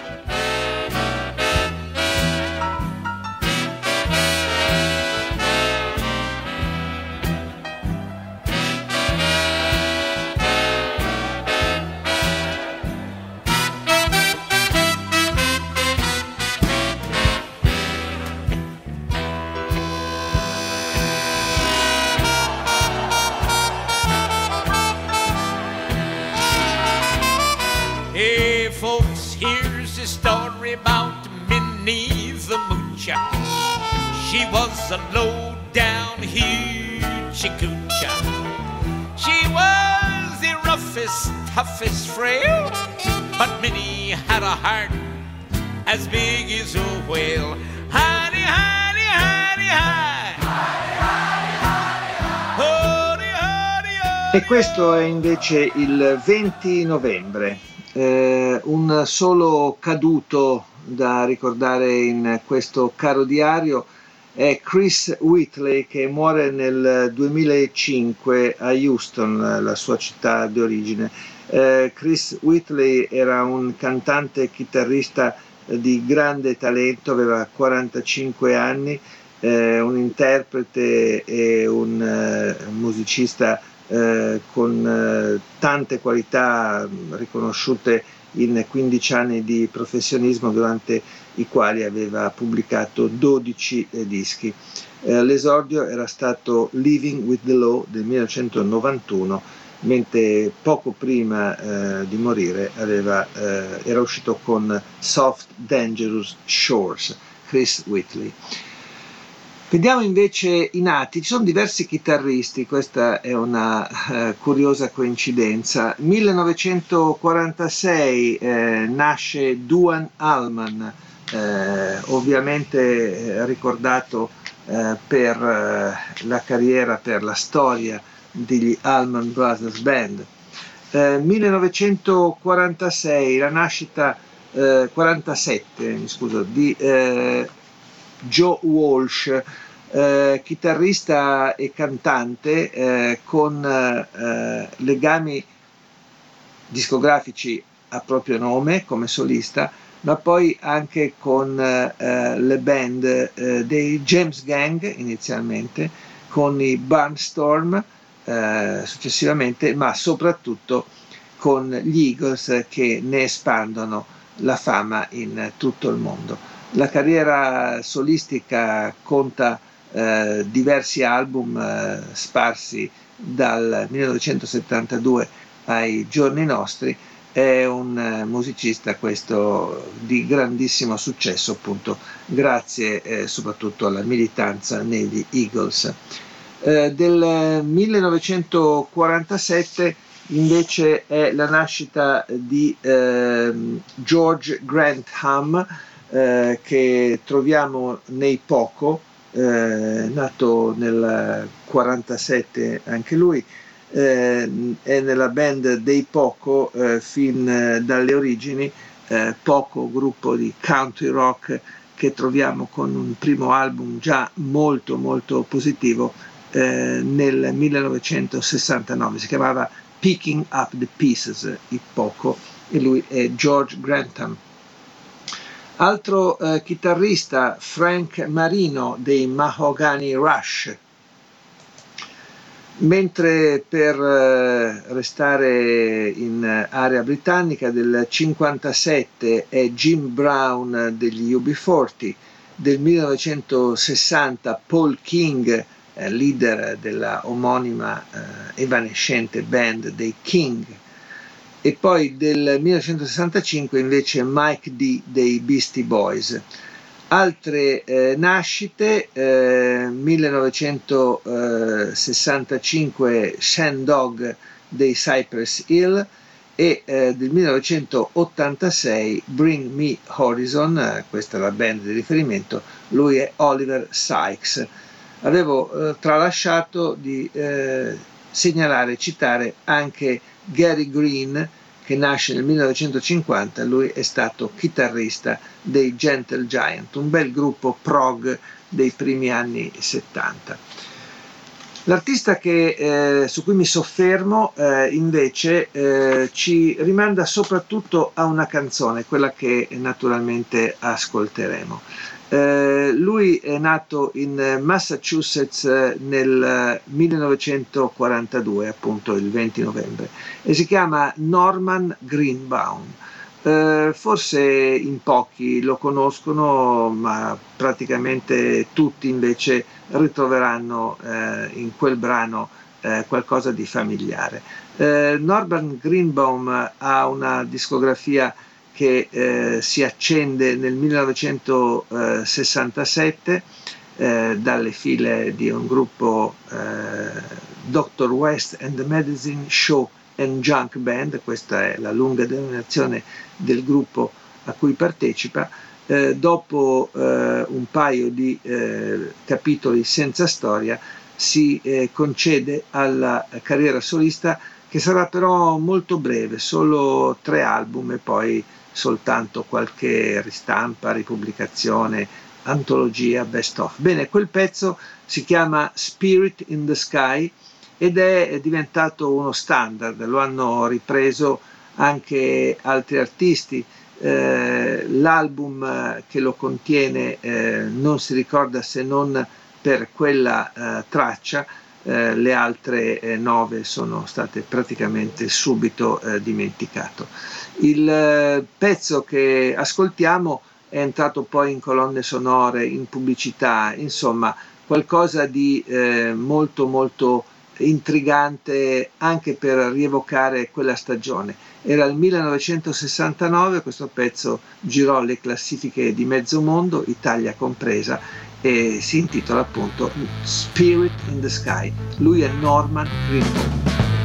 She was a low-down hoochie-coocher. She was the roughest, toughest frail, but Minnie had a heart as big as a whale. Hidey, hidey, hidey, hidey. Hidey, hidey, hidey. E questo è invece il venti novembre, eh, un solo caduto da ricordare in questo caro diario è Chris Whitley, che muore nel duemilacinque a Houston, la sua città di origine. Eh, Chris Whitley era un cantante e chitarrista di grande talento, aveva quarantacinque anni, eh, un interprete e un eh, musicista eh, con eh, tante qualità riconosciute in quindici anni di professionismo, durante i quali aveva pubblicato dodici eh, dischi. Eh, l'esordio era stato Living with the Law del millenovecentonovantuno, mentre poco prima eh, di morire aveva, eh, era uscito con Soft Dangerous Shores, Chris Whitley. Vediamo invece i nati. Ci sono diversi chitarristi, questa è una eh, curiosa coincidenza. millenovecentoquarantasei eh, nasce Duane Allman, eh, ovviamente eh, ricordato eh, per eh, la carriera, per la storia degli Allman Brothers Band. Eh, millenovecentoquarantasei, la nascita, eh, quarantasette, mi scuso, di eh, Joe Walsh, eh, chitarrista e cantante eh, con eh, legami discografici a proprio nome come solista, ma poi anche con eh, le band eh, dei James Gang inizialmente, con i Barnstorm eh, successivamente, ma soprattutto con gli Eagles, che ne espandono la fama in tutto il mondo. La carriera solistica conta eh, diversi album eh, sparsi dal millenovecentosettantadue ai giorni nostri. È un eh, musicista questo di grandissimo successo, appunto grazie eh, soprattutto alla militanza negli Eagles. Eh, del millenovecentoquarantasette invece è la nascita di eh, George Grantham, eh, che troviamo nei Poco, eh, nato nel quarantasette anche lui, eh, è nella band dei Poco eh, fin eh, dalle origini. eh, Poco, gruppo di country rock che troviamo con un primo album già molto molto positivo eh, nel millenovecentosessantanove, si chiamava Picking Up the Pieces, il Poco, e lui è George Grantham. Altro eh, chitarrista, Frank Marino dei Mahogany Rush. Mentre per eh, restare in area britannica, del cinquantasette è Jim Brown degli U B quaranta, del millenovecentosessanta Paul King, eh, leader della omonima eh, evanescente band dei King, e poi del millenovecentosessantacinque invece Mike D dei Beastie Boys. Altre eh, nascite, eh, millenovecentosessantacinque Shan Dog dei Cypress Hill e eh, del millenovecentottantasei Bring Me Horizon, eh, questa è la band di riferimento, lui è Oliver Sykes. Avevo eh, tralasciato di eh, segnalare e citare anche Gary Green, che nasce nel millenovecentocinquanta, lui è stato chitarrista dei Gentle Giant, un bel gruppo prog dei primi anni settanta. L'artista che, eh, su cui mi soffermo eh, invece eh, ci rimanda soprattutto a una canzone, quella che naturalmente ascolteremo. Eh, lui è nato in Massachusetts nel millenovecentoquarantadue, appunto il venti novembre, e si chiama Norman Greenbaum. Eh, forse in pochi lo conoscono, ma praticamente tutti invece ritroveranno eh, in quel brano eh, qualcosa di familiare. Eh, Norman Greenbaum ha una discografia che eh, si accende nel millenovecentosessantasette eh, dalle file di un gruppo eh, doctor West and the Medicine Show and Junk Band, questa è la lunga denominazione del gruppo a cui partecipa. Eh, dopo eh, un paio di eh, capitoli senza storia si eh, concede alla carriera solista, che sarà però molto breve, solo tre album e poi soltanto qualche ristampa, ripubblicazione, antologia, best of. Bene, quel pezzo si chiama Spirit in the Sky ed è diventato uno standard, lo hanno ripreso anche altri artisti. Eh, l'album che lo contiene eh, non si ricorda se non per quella eh, traccia, eh, le altre eh, nove sono state praticamente subito eh, dimenticato. Il eh, pezzo che ascoltiamo è entrato poi in colonne sonore, in pubblicità, insomma qualcosa di eh, molto molto intrigante anche per rievocare quella stagione. Era il millenovecentosessantanove, questo pezzo girò le classifiche di mezzo mondo, Italia compresa, e si intitola appunto Spirit in the Sky. Lui è Norman Greenbaum.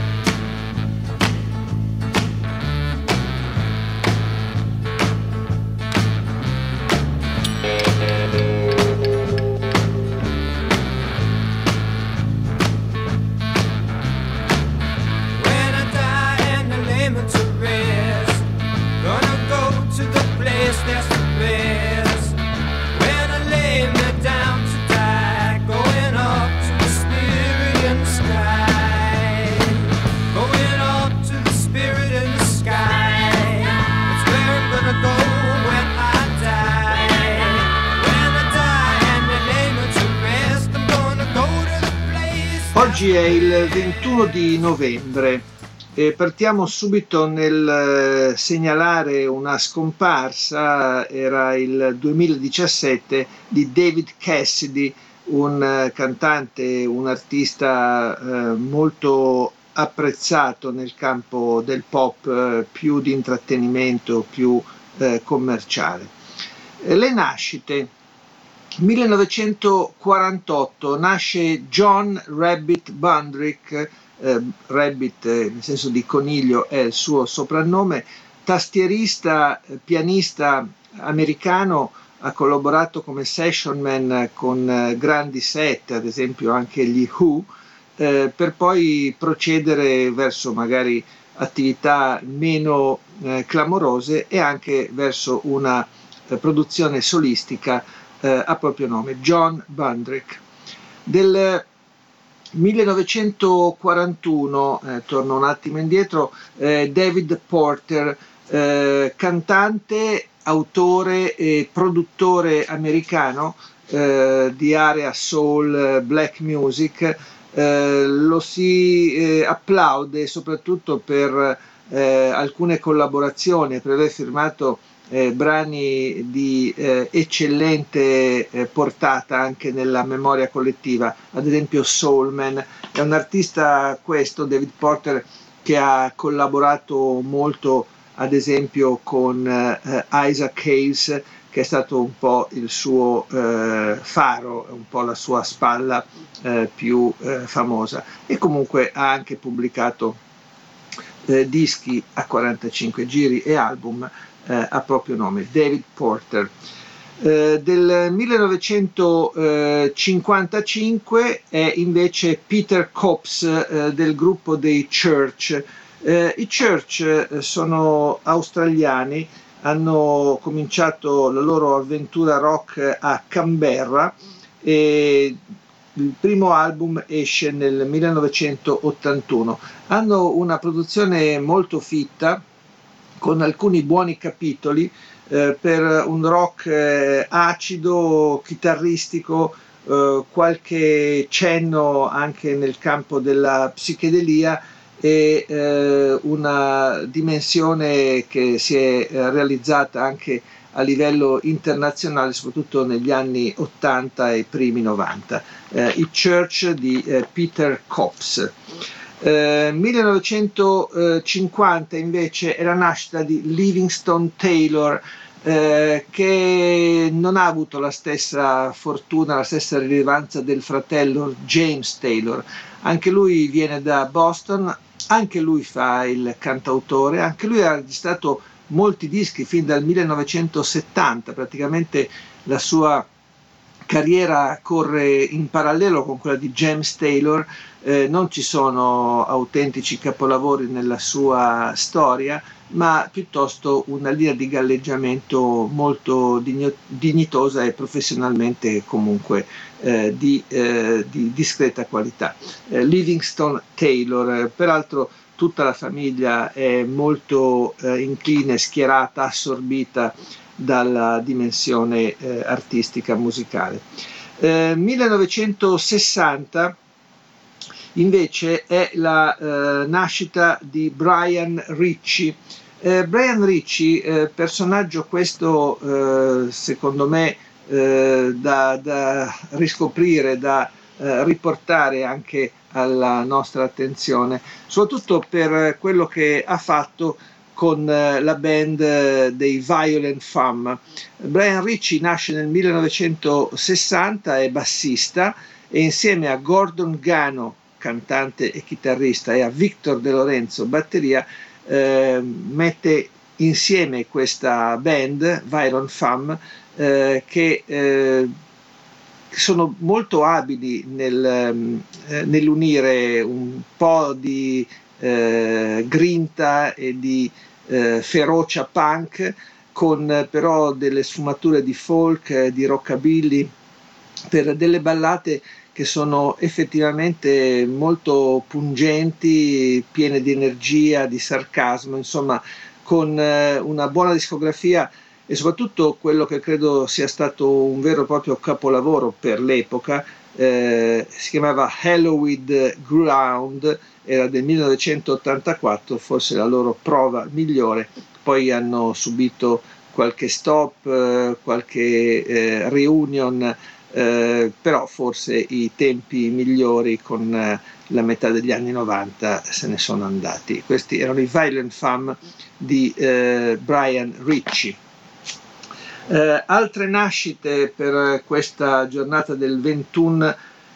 Oggi è il ventuno di novembre e partiamo subito nel segnalare una scomparsa. Era il duemiladiciassette di David Cassidy, un cantante, un artista eh, molto apprezzato nel campo del pop, eh, più di intrattenimento, più eh, commerciale. Le nascite. millenovecentoquarantotto nasce John Rabbit Bundrick, eh, Rabbit eh, nel senso di coniglio è il suo soprannome, tastierista, eh, pianista americano, ha collaborato come session man con eh, grandi set, ad esempio anche gli Who, eh, per poi procedere verso magari attività meno eh, clamorose e anche verso una eh, produzione solistica eh, a proprio nome, John Bundrick. Del millenovecentoquarantuno, eh, torno un attimo indietro, eh, David Porter, eh, cantante, autore e produttore americano eh, di area soul, black music. Eh, lo si eh, applaude soprattutto per eh, alcune collaborazioni, per aver firmato eh, brani di eh, eccellente eh, portata anche nella memoria collettiva, ad esempio Soul Man. È un artista, questo David Porter, che ha collaborato molto ad esempio con eh, Isaac Hayes, che è stato un po' il suo eh, faro, un po' la sua spalla eh, più eh, famosa, e comunque ha anche pubblicato eh, dischi a quarantacinque giri e album eh, a proprio nome, David Porter. Eh, del millenovecentocinquantacinque è invece Peter Kops eh, del gruppo dei Church. Eh, I Church eh, sono australiani, hanno cominciato la loro avventura rock a Canberra e il primo album esce nel millenovecentottantuno. Hanno una produzione molto fitta, con alcuni buoni capitoli eh, per un rock eh, acido, chitarristico, eh, qualche cenno anche nel campo della psichedelia e eh, una dimensione che si è eh, realizzata anche a livello internazionale, soprattutto negli anni ottanta e primi novanta. Eh, I Church di eh, Peter Kops. Eh, millenovecentocinquanta invece è la nascita di Livingstone Taylor, eh, che non ha avuto la stessa fortuna, la stessa rilevanza del fratello James Taylor. Anche lui viene da Boston, anche lui fa il cantautore, anche lui ha registrato molti dischi fin dal millenovecentosettanta, praticamente la sua carriera corre in parallelo con quella di James Taylor. Eh, non ci sono autentici capolavori nella sua storia, ma piuttosto una linea di galleggiamento molto dignitosa e professionalmente comunque eh, di, eh, di discreta qualità. Eh, Livingstone Taylor, peraltro tutta la famiglia è molto eh, incline, schierata, assorbita dalla dimensione eh, artistica musicale. Eh, millenovecentosessanta invece è la eh, nascita di Brian Ritchie. Eh, Brian Ritchie, eh, personaggio questo eh, secondo me eh, da, da riscoprire, da eh, riportare anche alla nostra attenzione, soprattutto per quello che ha fatto con la band dei Violent Femmes. Brian Ritchie nasce nel millenovecentosessanta, è bassista, e insieme a Gordon Gano, cantante e chitarrista, e a Victor De Lorenzo, batteria, eh, mette insieme questa band, Violent Femmes, eh, che eh, sono molto abili nel, eh, nell'unire un po' di eh, grinta e di eh, ferocia punk, con eh, però delle sfumature di folk, eh, di rockabilly, per delle ballate che sono effettivamente molto pungenti, piene di energia, di sarcasmo, insomma, con eh, una buona discografia. E soprattutto quello che credo sia stato un vero e proprio capolavoro per l'epoca, eh, si chiamava Hallowed Ground, era del millenovecentottantaquattro, forse la loro prova migliore. Poi hanno subito qualche stop, eh, qualche eh, reunion, eh, però forse i tempi migliori con eh, la metà degli anni novanta se ne sono andati. Questi erano i Violent Femmes di eh, Brian Ritchie. Eh, altre nascite per questa giornata del ventuno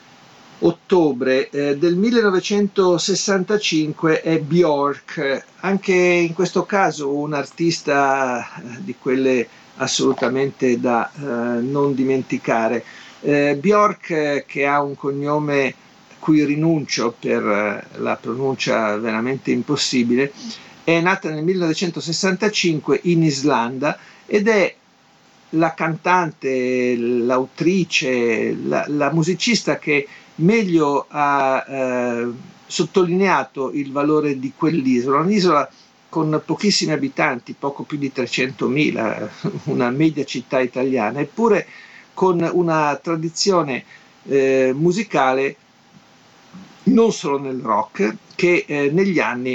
ottobre eh, del millenovecentosessantacinque è Björk, anche in questo caso un artista di quelle assolutamente da eh, non dimenticare. Eh, Björk, eh, che ha un cognome cui rinuncio per eh, la pronuncia veramente impossibile, è nata nel millenovecentosessantacinque in Islanda ed è la cantante, l'autrice, la, la musicista che meglio ha eh, sottolineato il valore di quell'isola, un'isola con pochissimi abitanti, poco più di trecentomila, una media città italiana, eppure con una tradizione eh, musicale non solo nel rock, che eh, negli anni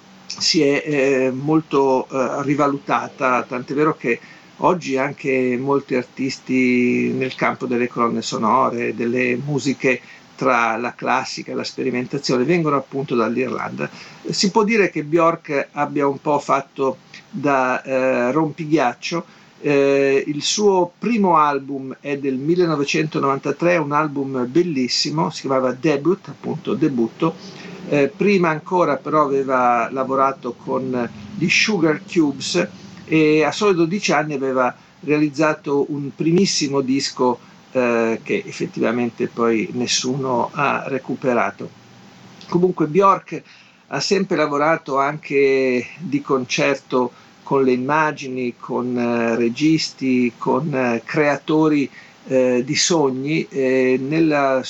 si è eh, molto eh, rivalutata, tant'è vero che oggi anche molti artisti nel campo delle colonne sonore, delle musiche tra la classica e la sperimentazione, vengono appunto dall'Irlanda. Si può dire che Björk abbia un po' fatto da eh, rompighiaccio. Eh, il suo primo album è del millenovecentonovantatré, un album bellissimo, si chiamava Debut, appunto debutto. Eh, prima ancora però aveva lavorato con gli Sugar Cubes e a soli dodici anni aveva realizzato un primissimo disco eh, che effettivamente poi nessuno ha recuperato. Comunque Björk ha sempre lavorato anche di concerto con le immagini, con eh, registi, con eh, creatori eh, di sogni. E nella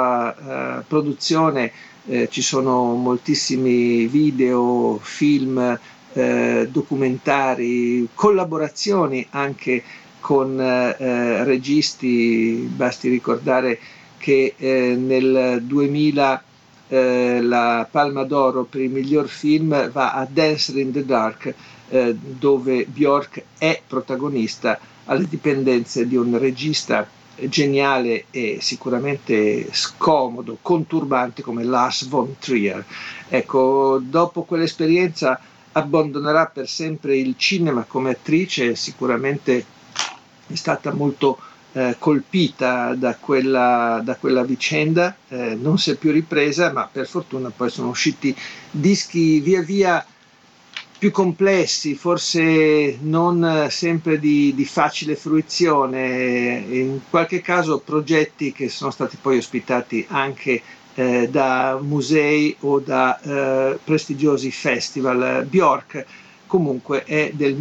sua eh, produzione eh, ci sono moltissimi video, film, eh, documentari, collaborazioni anche con eh, registi. Basti ricordare che eh, nel duemila eh, la Palma d'Oro per il miglior film va a Dancer in the Dark, eh, dove Björk è protagonista alle dipendenze di un regista geniale e sicuramente scomodo, conturbante come Lars von Trier. Ecco, dopo quell'esperienza abbandonerà per sempre il cinema come attrice, sicuramente è stata molto eh, colpita da quella, da quella vicenda, eh, non si è più ripresa, ma per fortuna poi sono usciti dischi via via più complessi, forse non sempre di, di facile fruizione, in qualche caso progetti che sono stati poi ospitati anche eh, da musei o da eh, prestigiosi festival. Björk comunque è del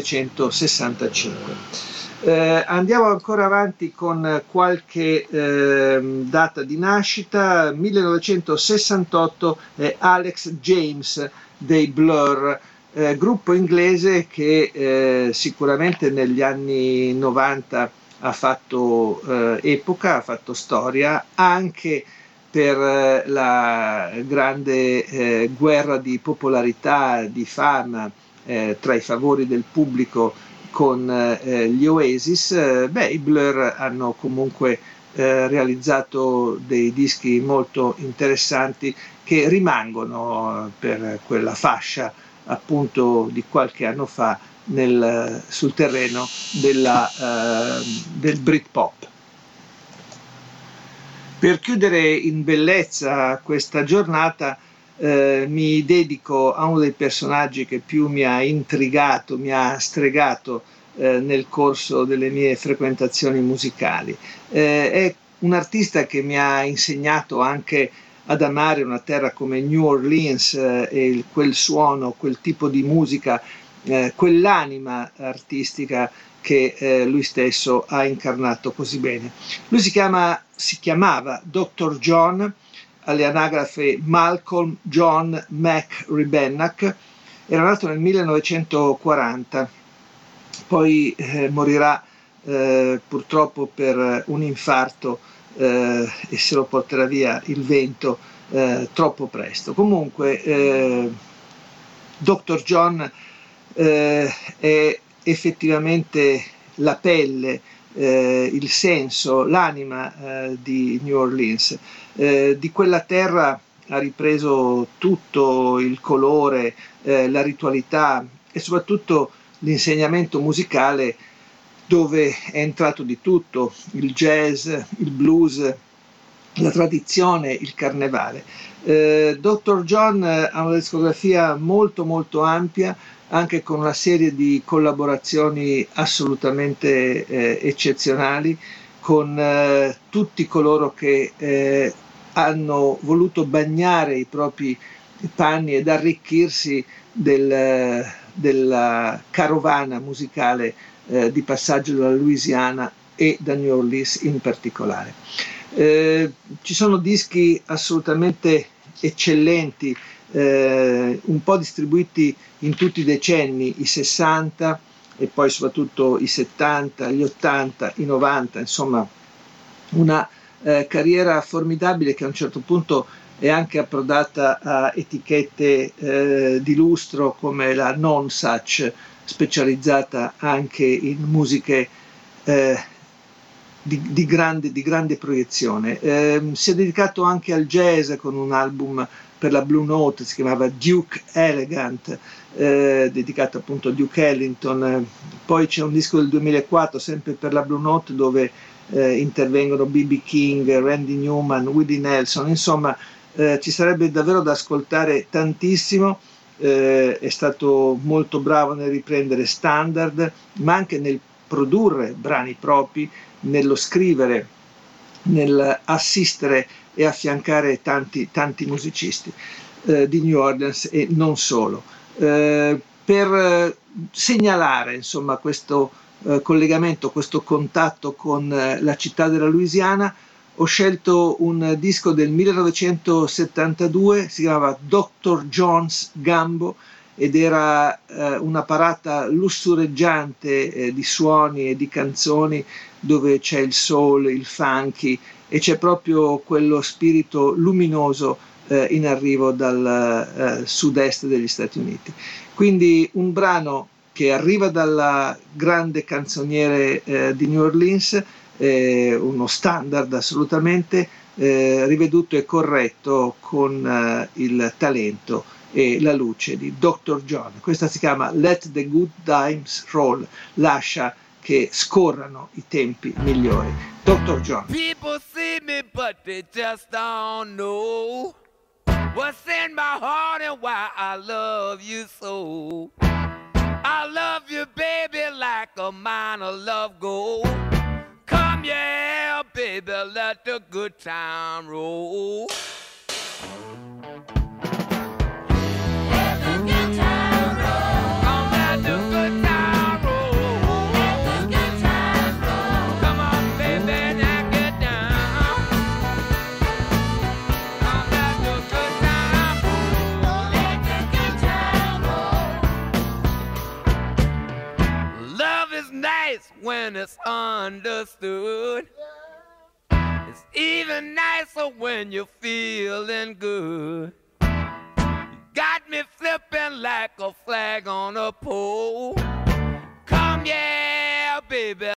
millenovecentosessantacinque. Eh, andiamo ancora avanti con qualche eh, data di nascita. millenovecentosessantotto è Alex James dei Blur, eh, gruppo inglese che eh, sicuramente negli anni novanta ha fatto eh, epoca, ha fatto storia anche per eh, la grande eh, guerra di popolarità, di fama eh, tra i favori del pubblico con eh, gli Oasis. Eh, beh, i Blur hanno comunque eh, realizzato dei dischi molto interessanti che rimangono per quella fascia appunto di qualche anno fa nel, sul terreno della, eh, del Britpop. Per chiudere in bellezza questa giornata eh, mi dedico a uno dei personaggi che più mi ha intrigato, mi ha stregato eh, nel corso delle mie frequentazioni musicali. Eh, è un artista che mi ha insegnato anche ad amare una terra come New Orleans eh, e quel suono, quel tipo di musica, eh, quell'anima artistica che eh, lui stesso ha incarnato così bene. Lui si chiama, si chiamava doctor John, alle anagrafe Malcolm John Mac Rebennack, era nato nel millenovecentoquaranta, poi eh, morirà eh, purtroppo per un infarto eh, e se lo porterà via il vento eh, troppo presto. Comunque eh, doctor John eh, è effettivamente la pelle, eh, il senso, l'anima eh, di New Orleans. Eh, di quella terra ha ripreso tutto il colore, eh, la ritualità e soprattutto l'insegnamento musicale dove è entrato di tutto, il jazz, il blues, la tradizione, il carnevale. Eh, doctor John ha una discografia molto molto ampia, anche con una serie di collaborazioni assolutamente eh, eccezionali con eh, tutti coloro che eh, hanno voluto bagnare i propri panni ed arricchirsi del, della carovana musicale eh, di passaggio dalla Louisiana e da New Orleans in particolare. Eh, ci sono dischi assolutamente eccellenti, eh, un po' distribuiti in tutti i decenni, i sessanta e poi soprattutto i settanta, gli ottanta, i novanta, insomma una eh, carriera formidabile che a un certo punto è anche approdata a etichette eh, di lustro come la Nonesuch, specializzata anche in musiche eh, Di, di, grande, di grande proiezione. Eh, si è dedicato anche al jazz con un album per la Blue Note, si chiamava Duke Elegant, eh, dedicato appunto a Duke Ellington. Poi c'è un disco del duemilaquattro sempre per la Blue Note dove eh, intervengono B B King, Randy Newman, Willie Nelson, insomma eh, ci sarebbe davvero da ascoltare tantissimo. Eh, è stato molto bravo nel riprendere standard, ma anche nel produrre brani propri, nello scrivere, nell'assistere e affiancare tanti, tanti musicisti eh, di New Orleans e non solo. Eh, per segnalare insomma questo eh, collegamento, questo contatto con eh, la città della Louisiana, ho scelto un disco del millenovecentosettantadue, si chiamava doctor John's Gumbo ed era eh, una parata lussureggiante eh, di suoni e di canzoni dove c'è il soul, il funky e c'è proprio quello spirito luminoso eh, in arrivo dal eh, sud-est degli Stati Uniti. Quindi un brano che arriva dalla grande canzoniere eh, di New Orleans, eh, uno standard assolutamente, eh, riveduto e corretto con eh, il talento e la luce di doctor John. Questa si chiama Let the Good Times Roll, lascia che scorrano i tempi migliori. doctor John. People see me but they just don't know what's in my heart and why I love you so. I love you baby like a mine of love gold. Come yeah baby, let the good time roll. When it's understood, it's even nicer when you're feeling good. You got me flipping like a flag on a pole.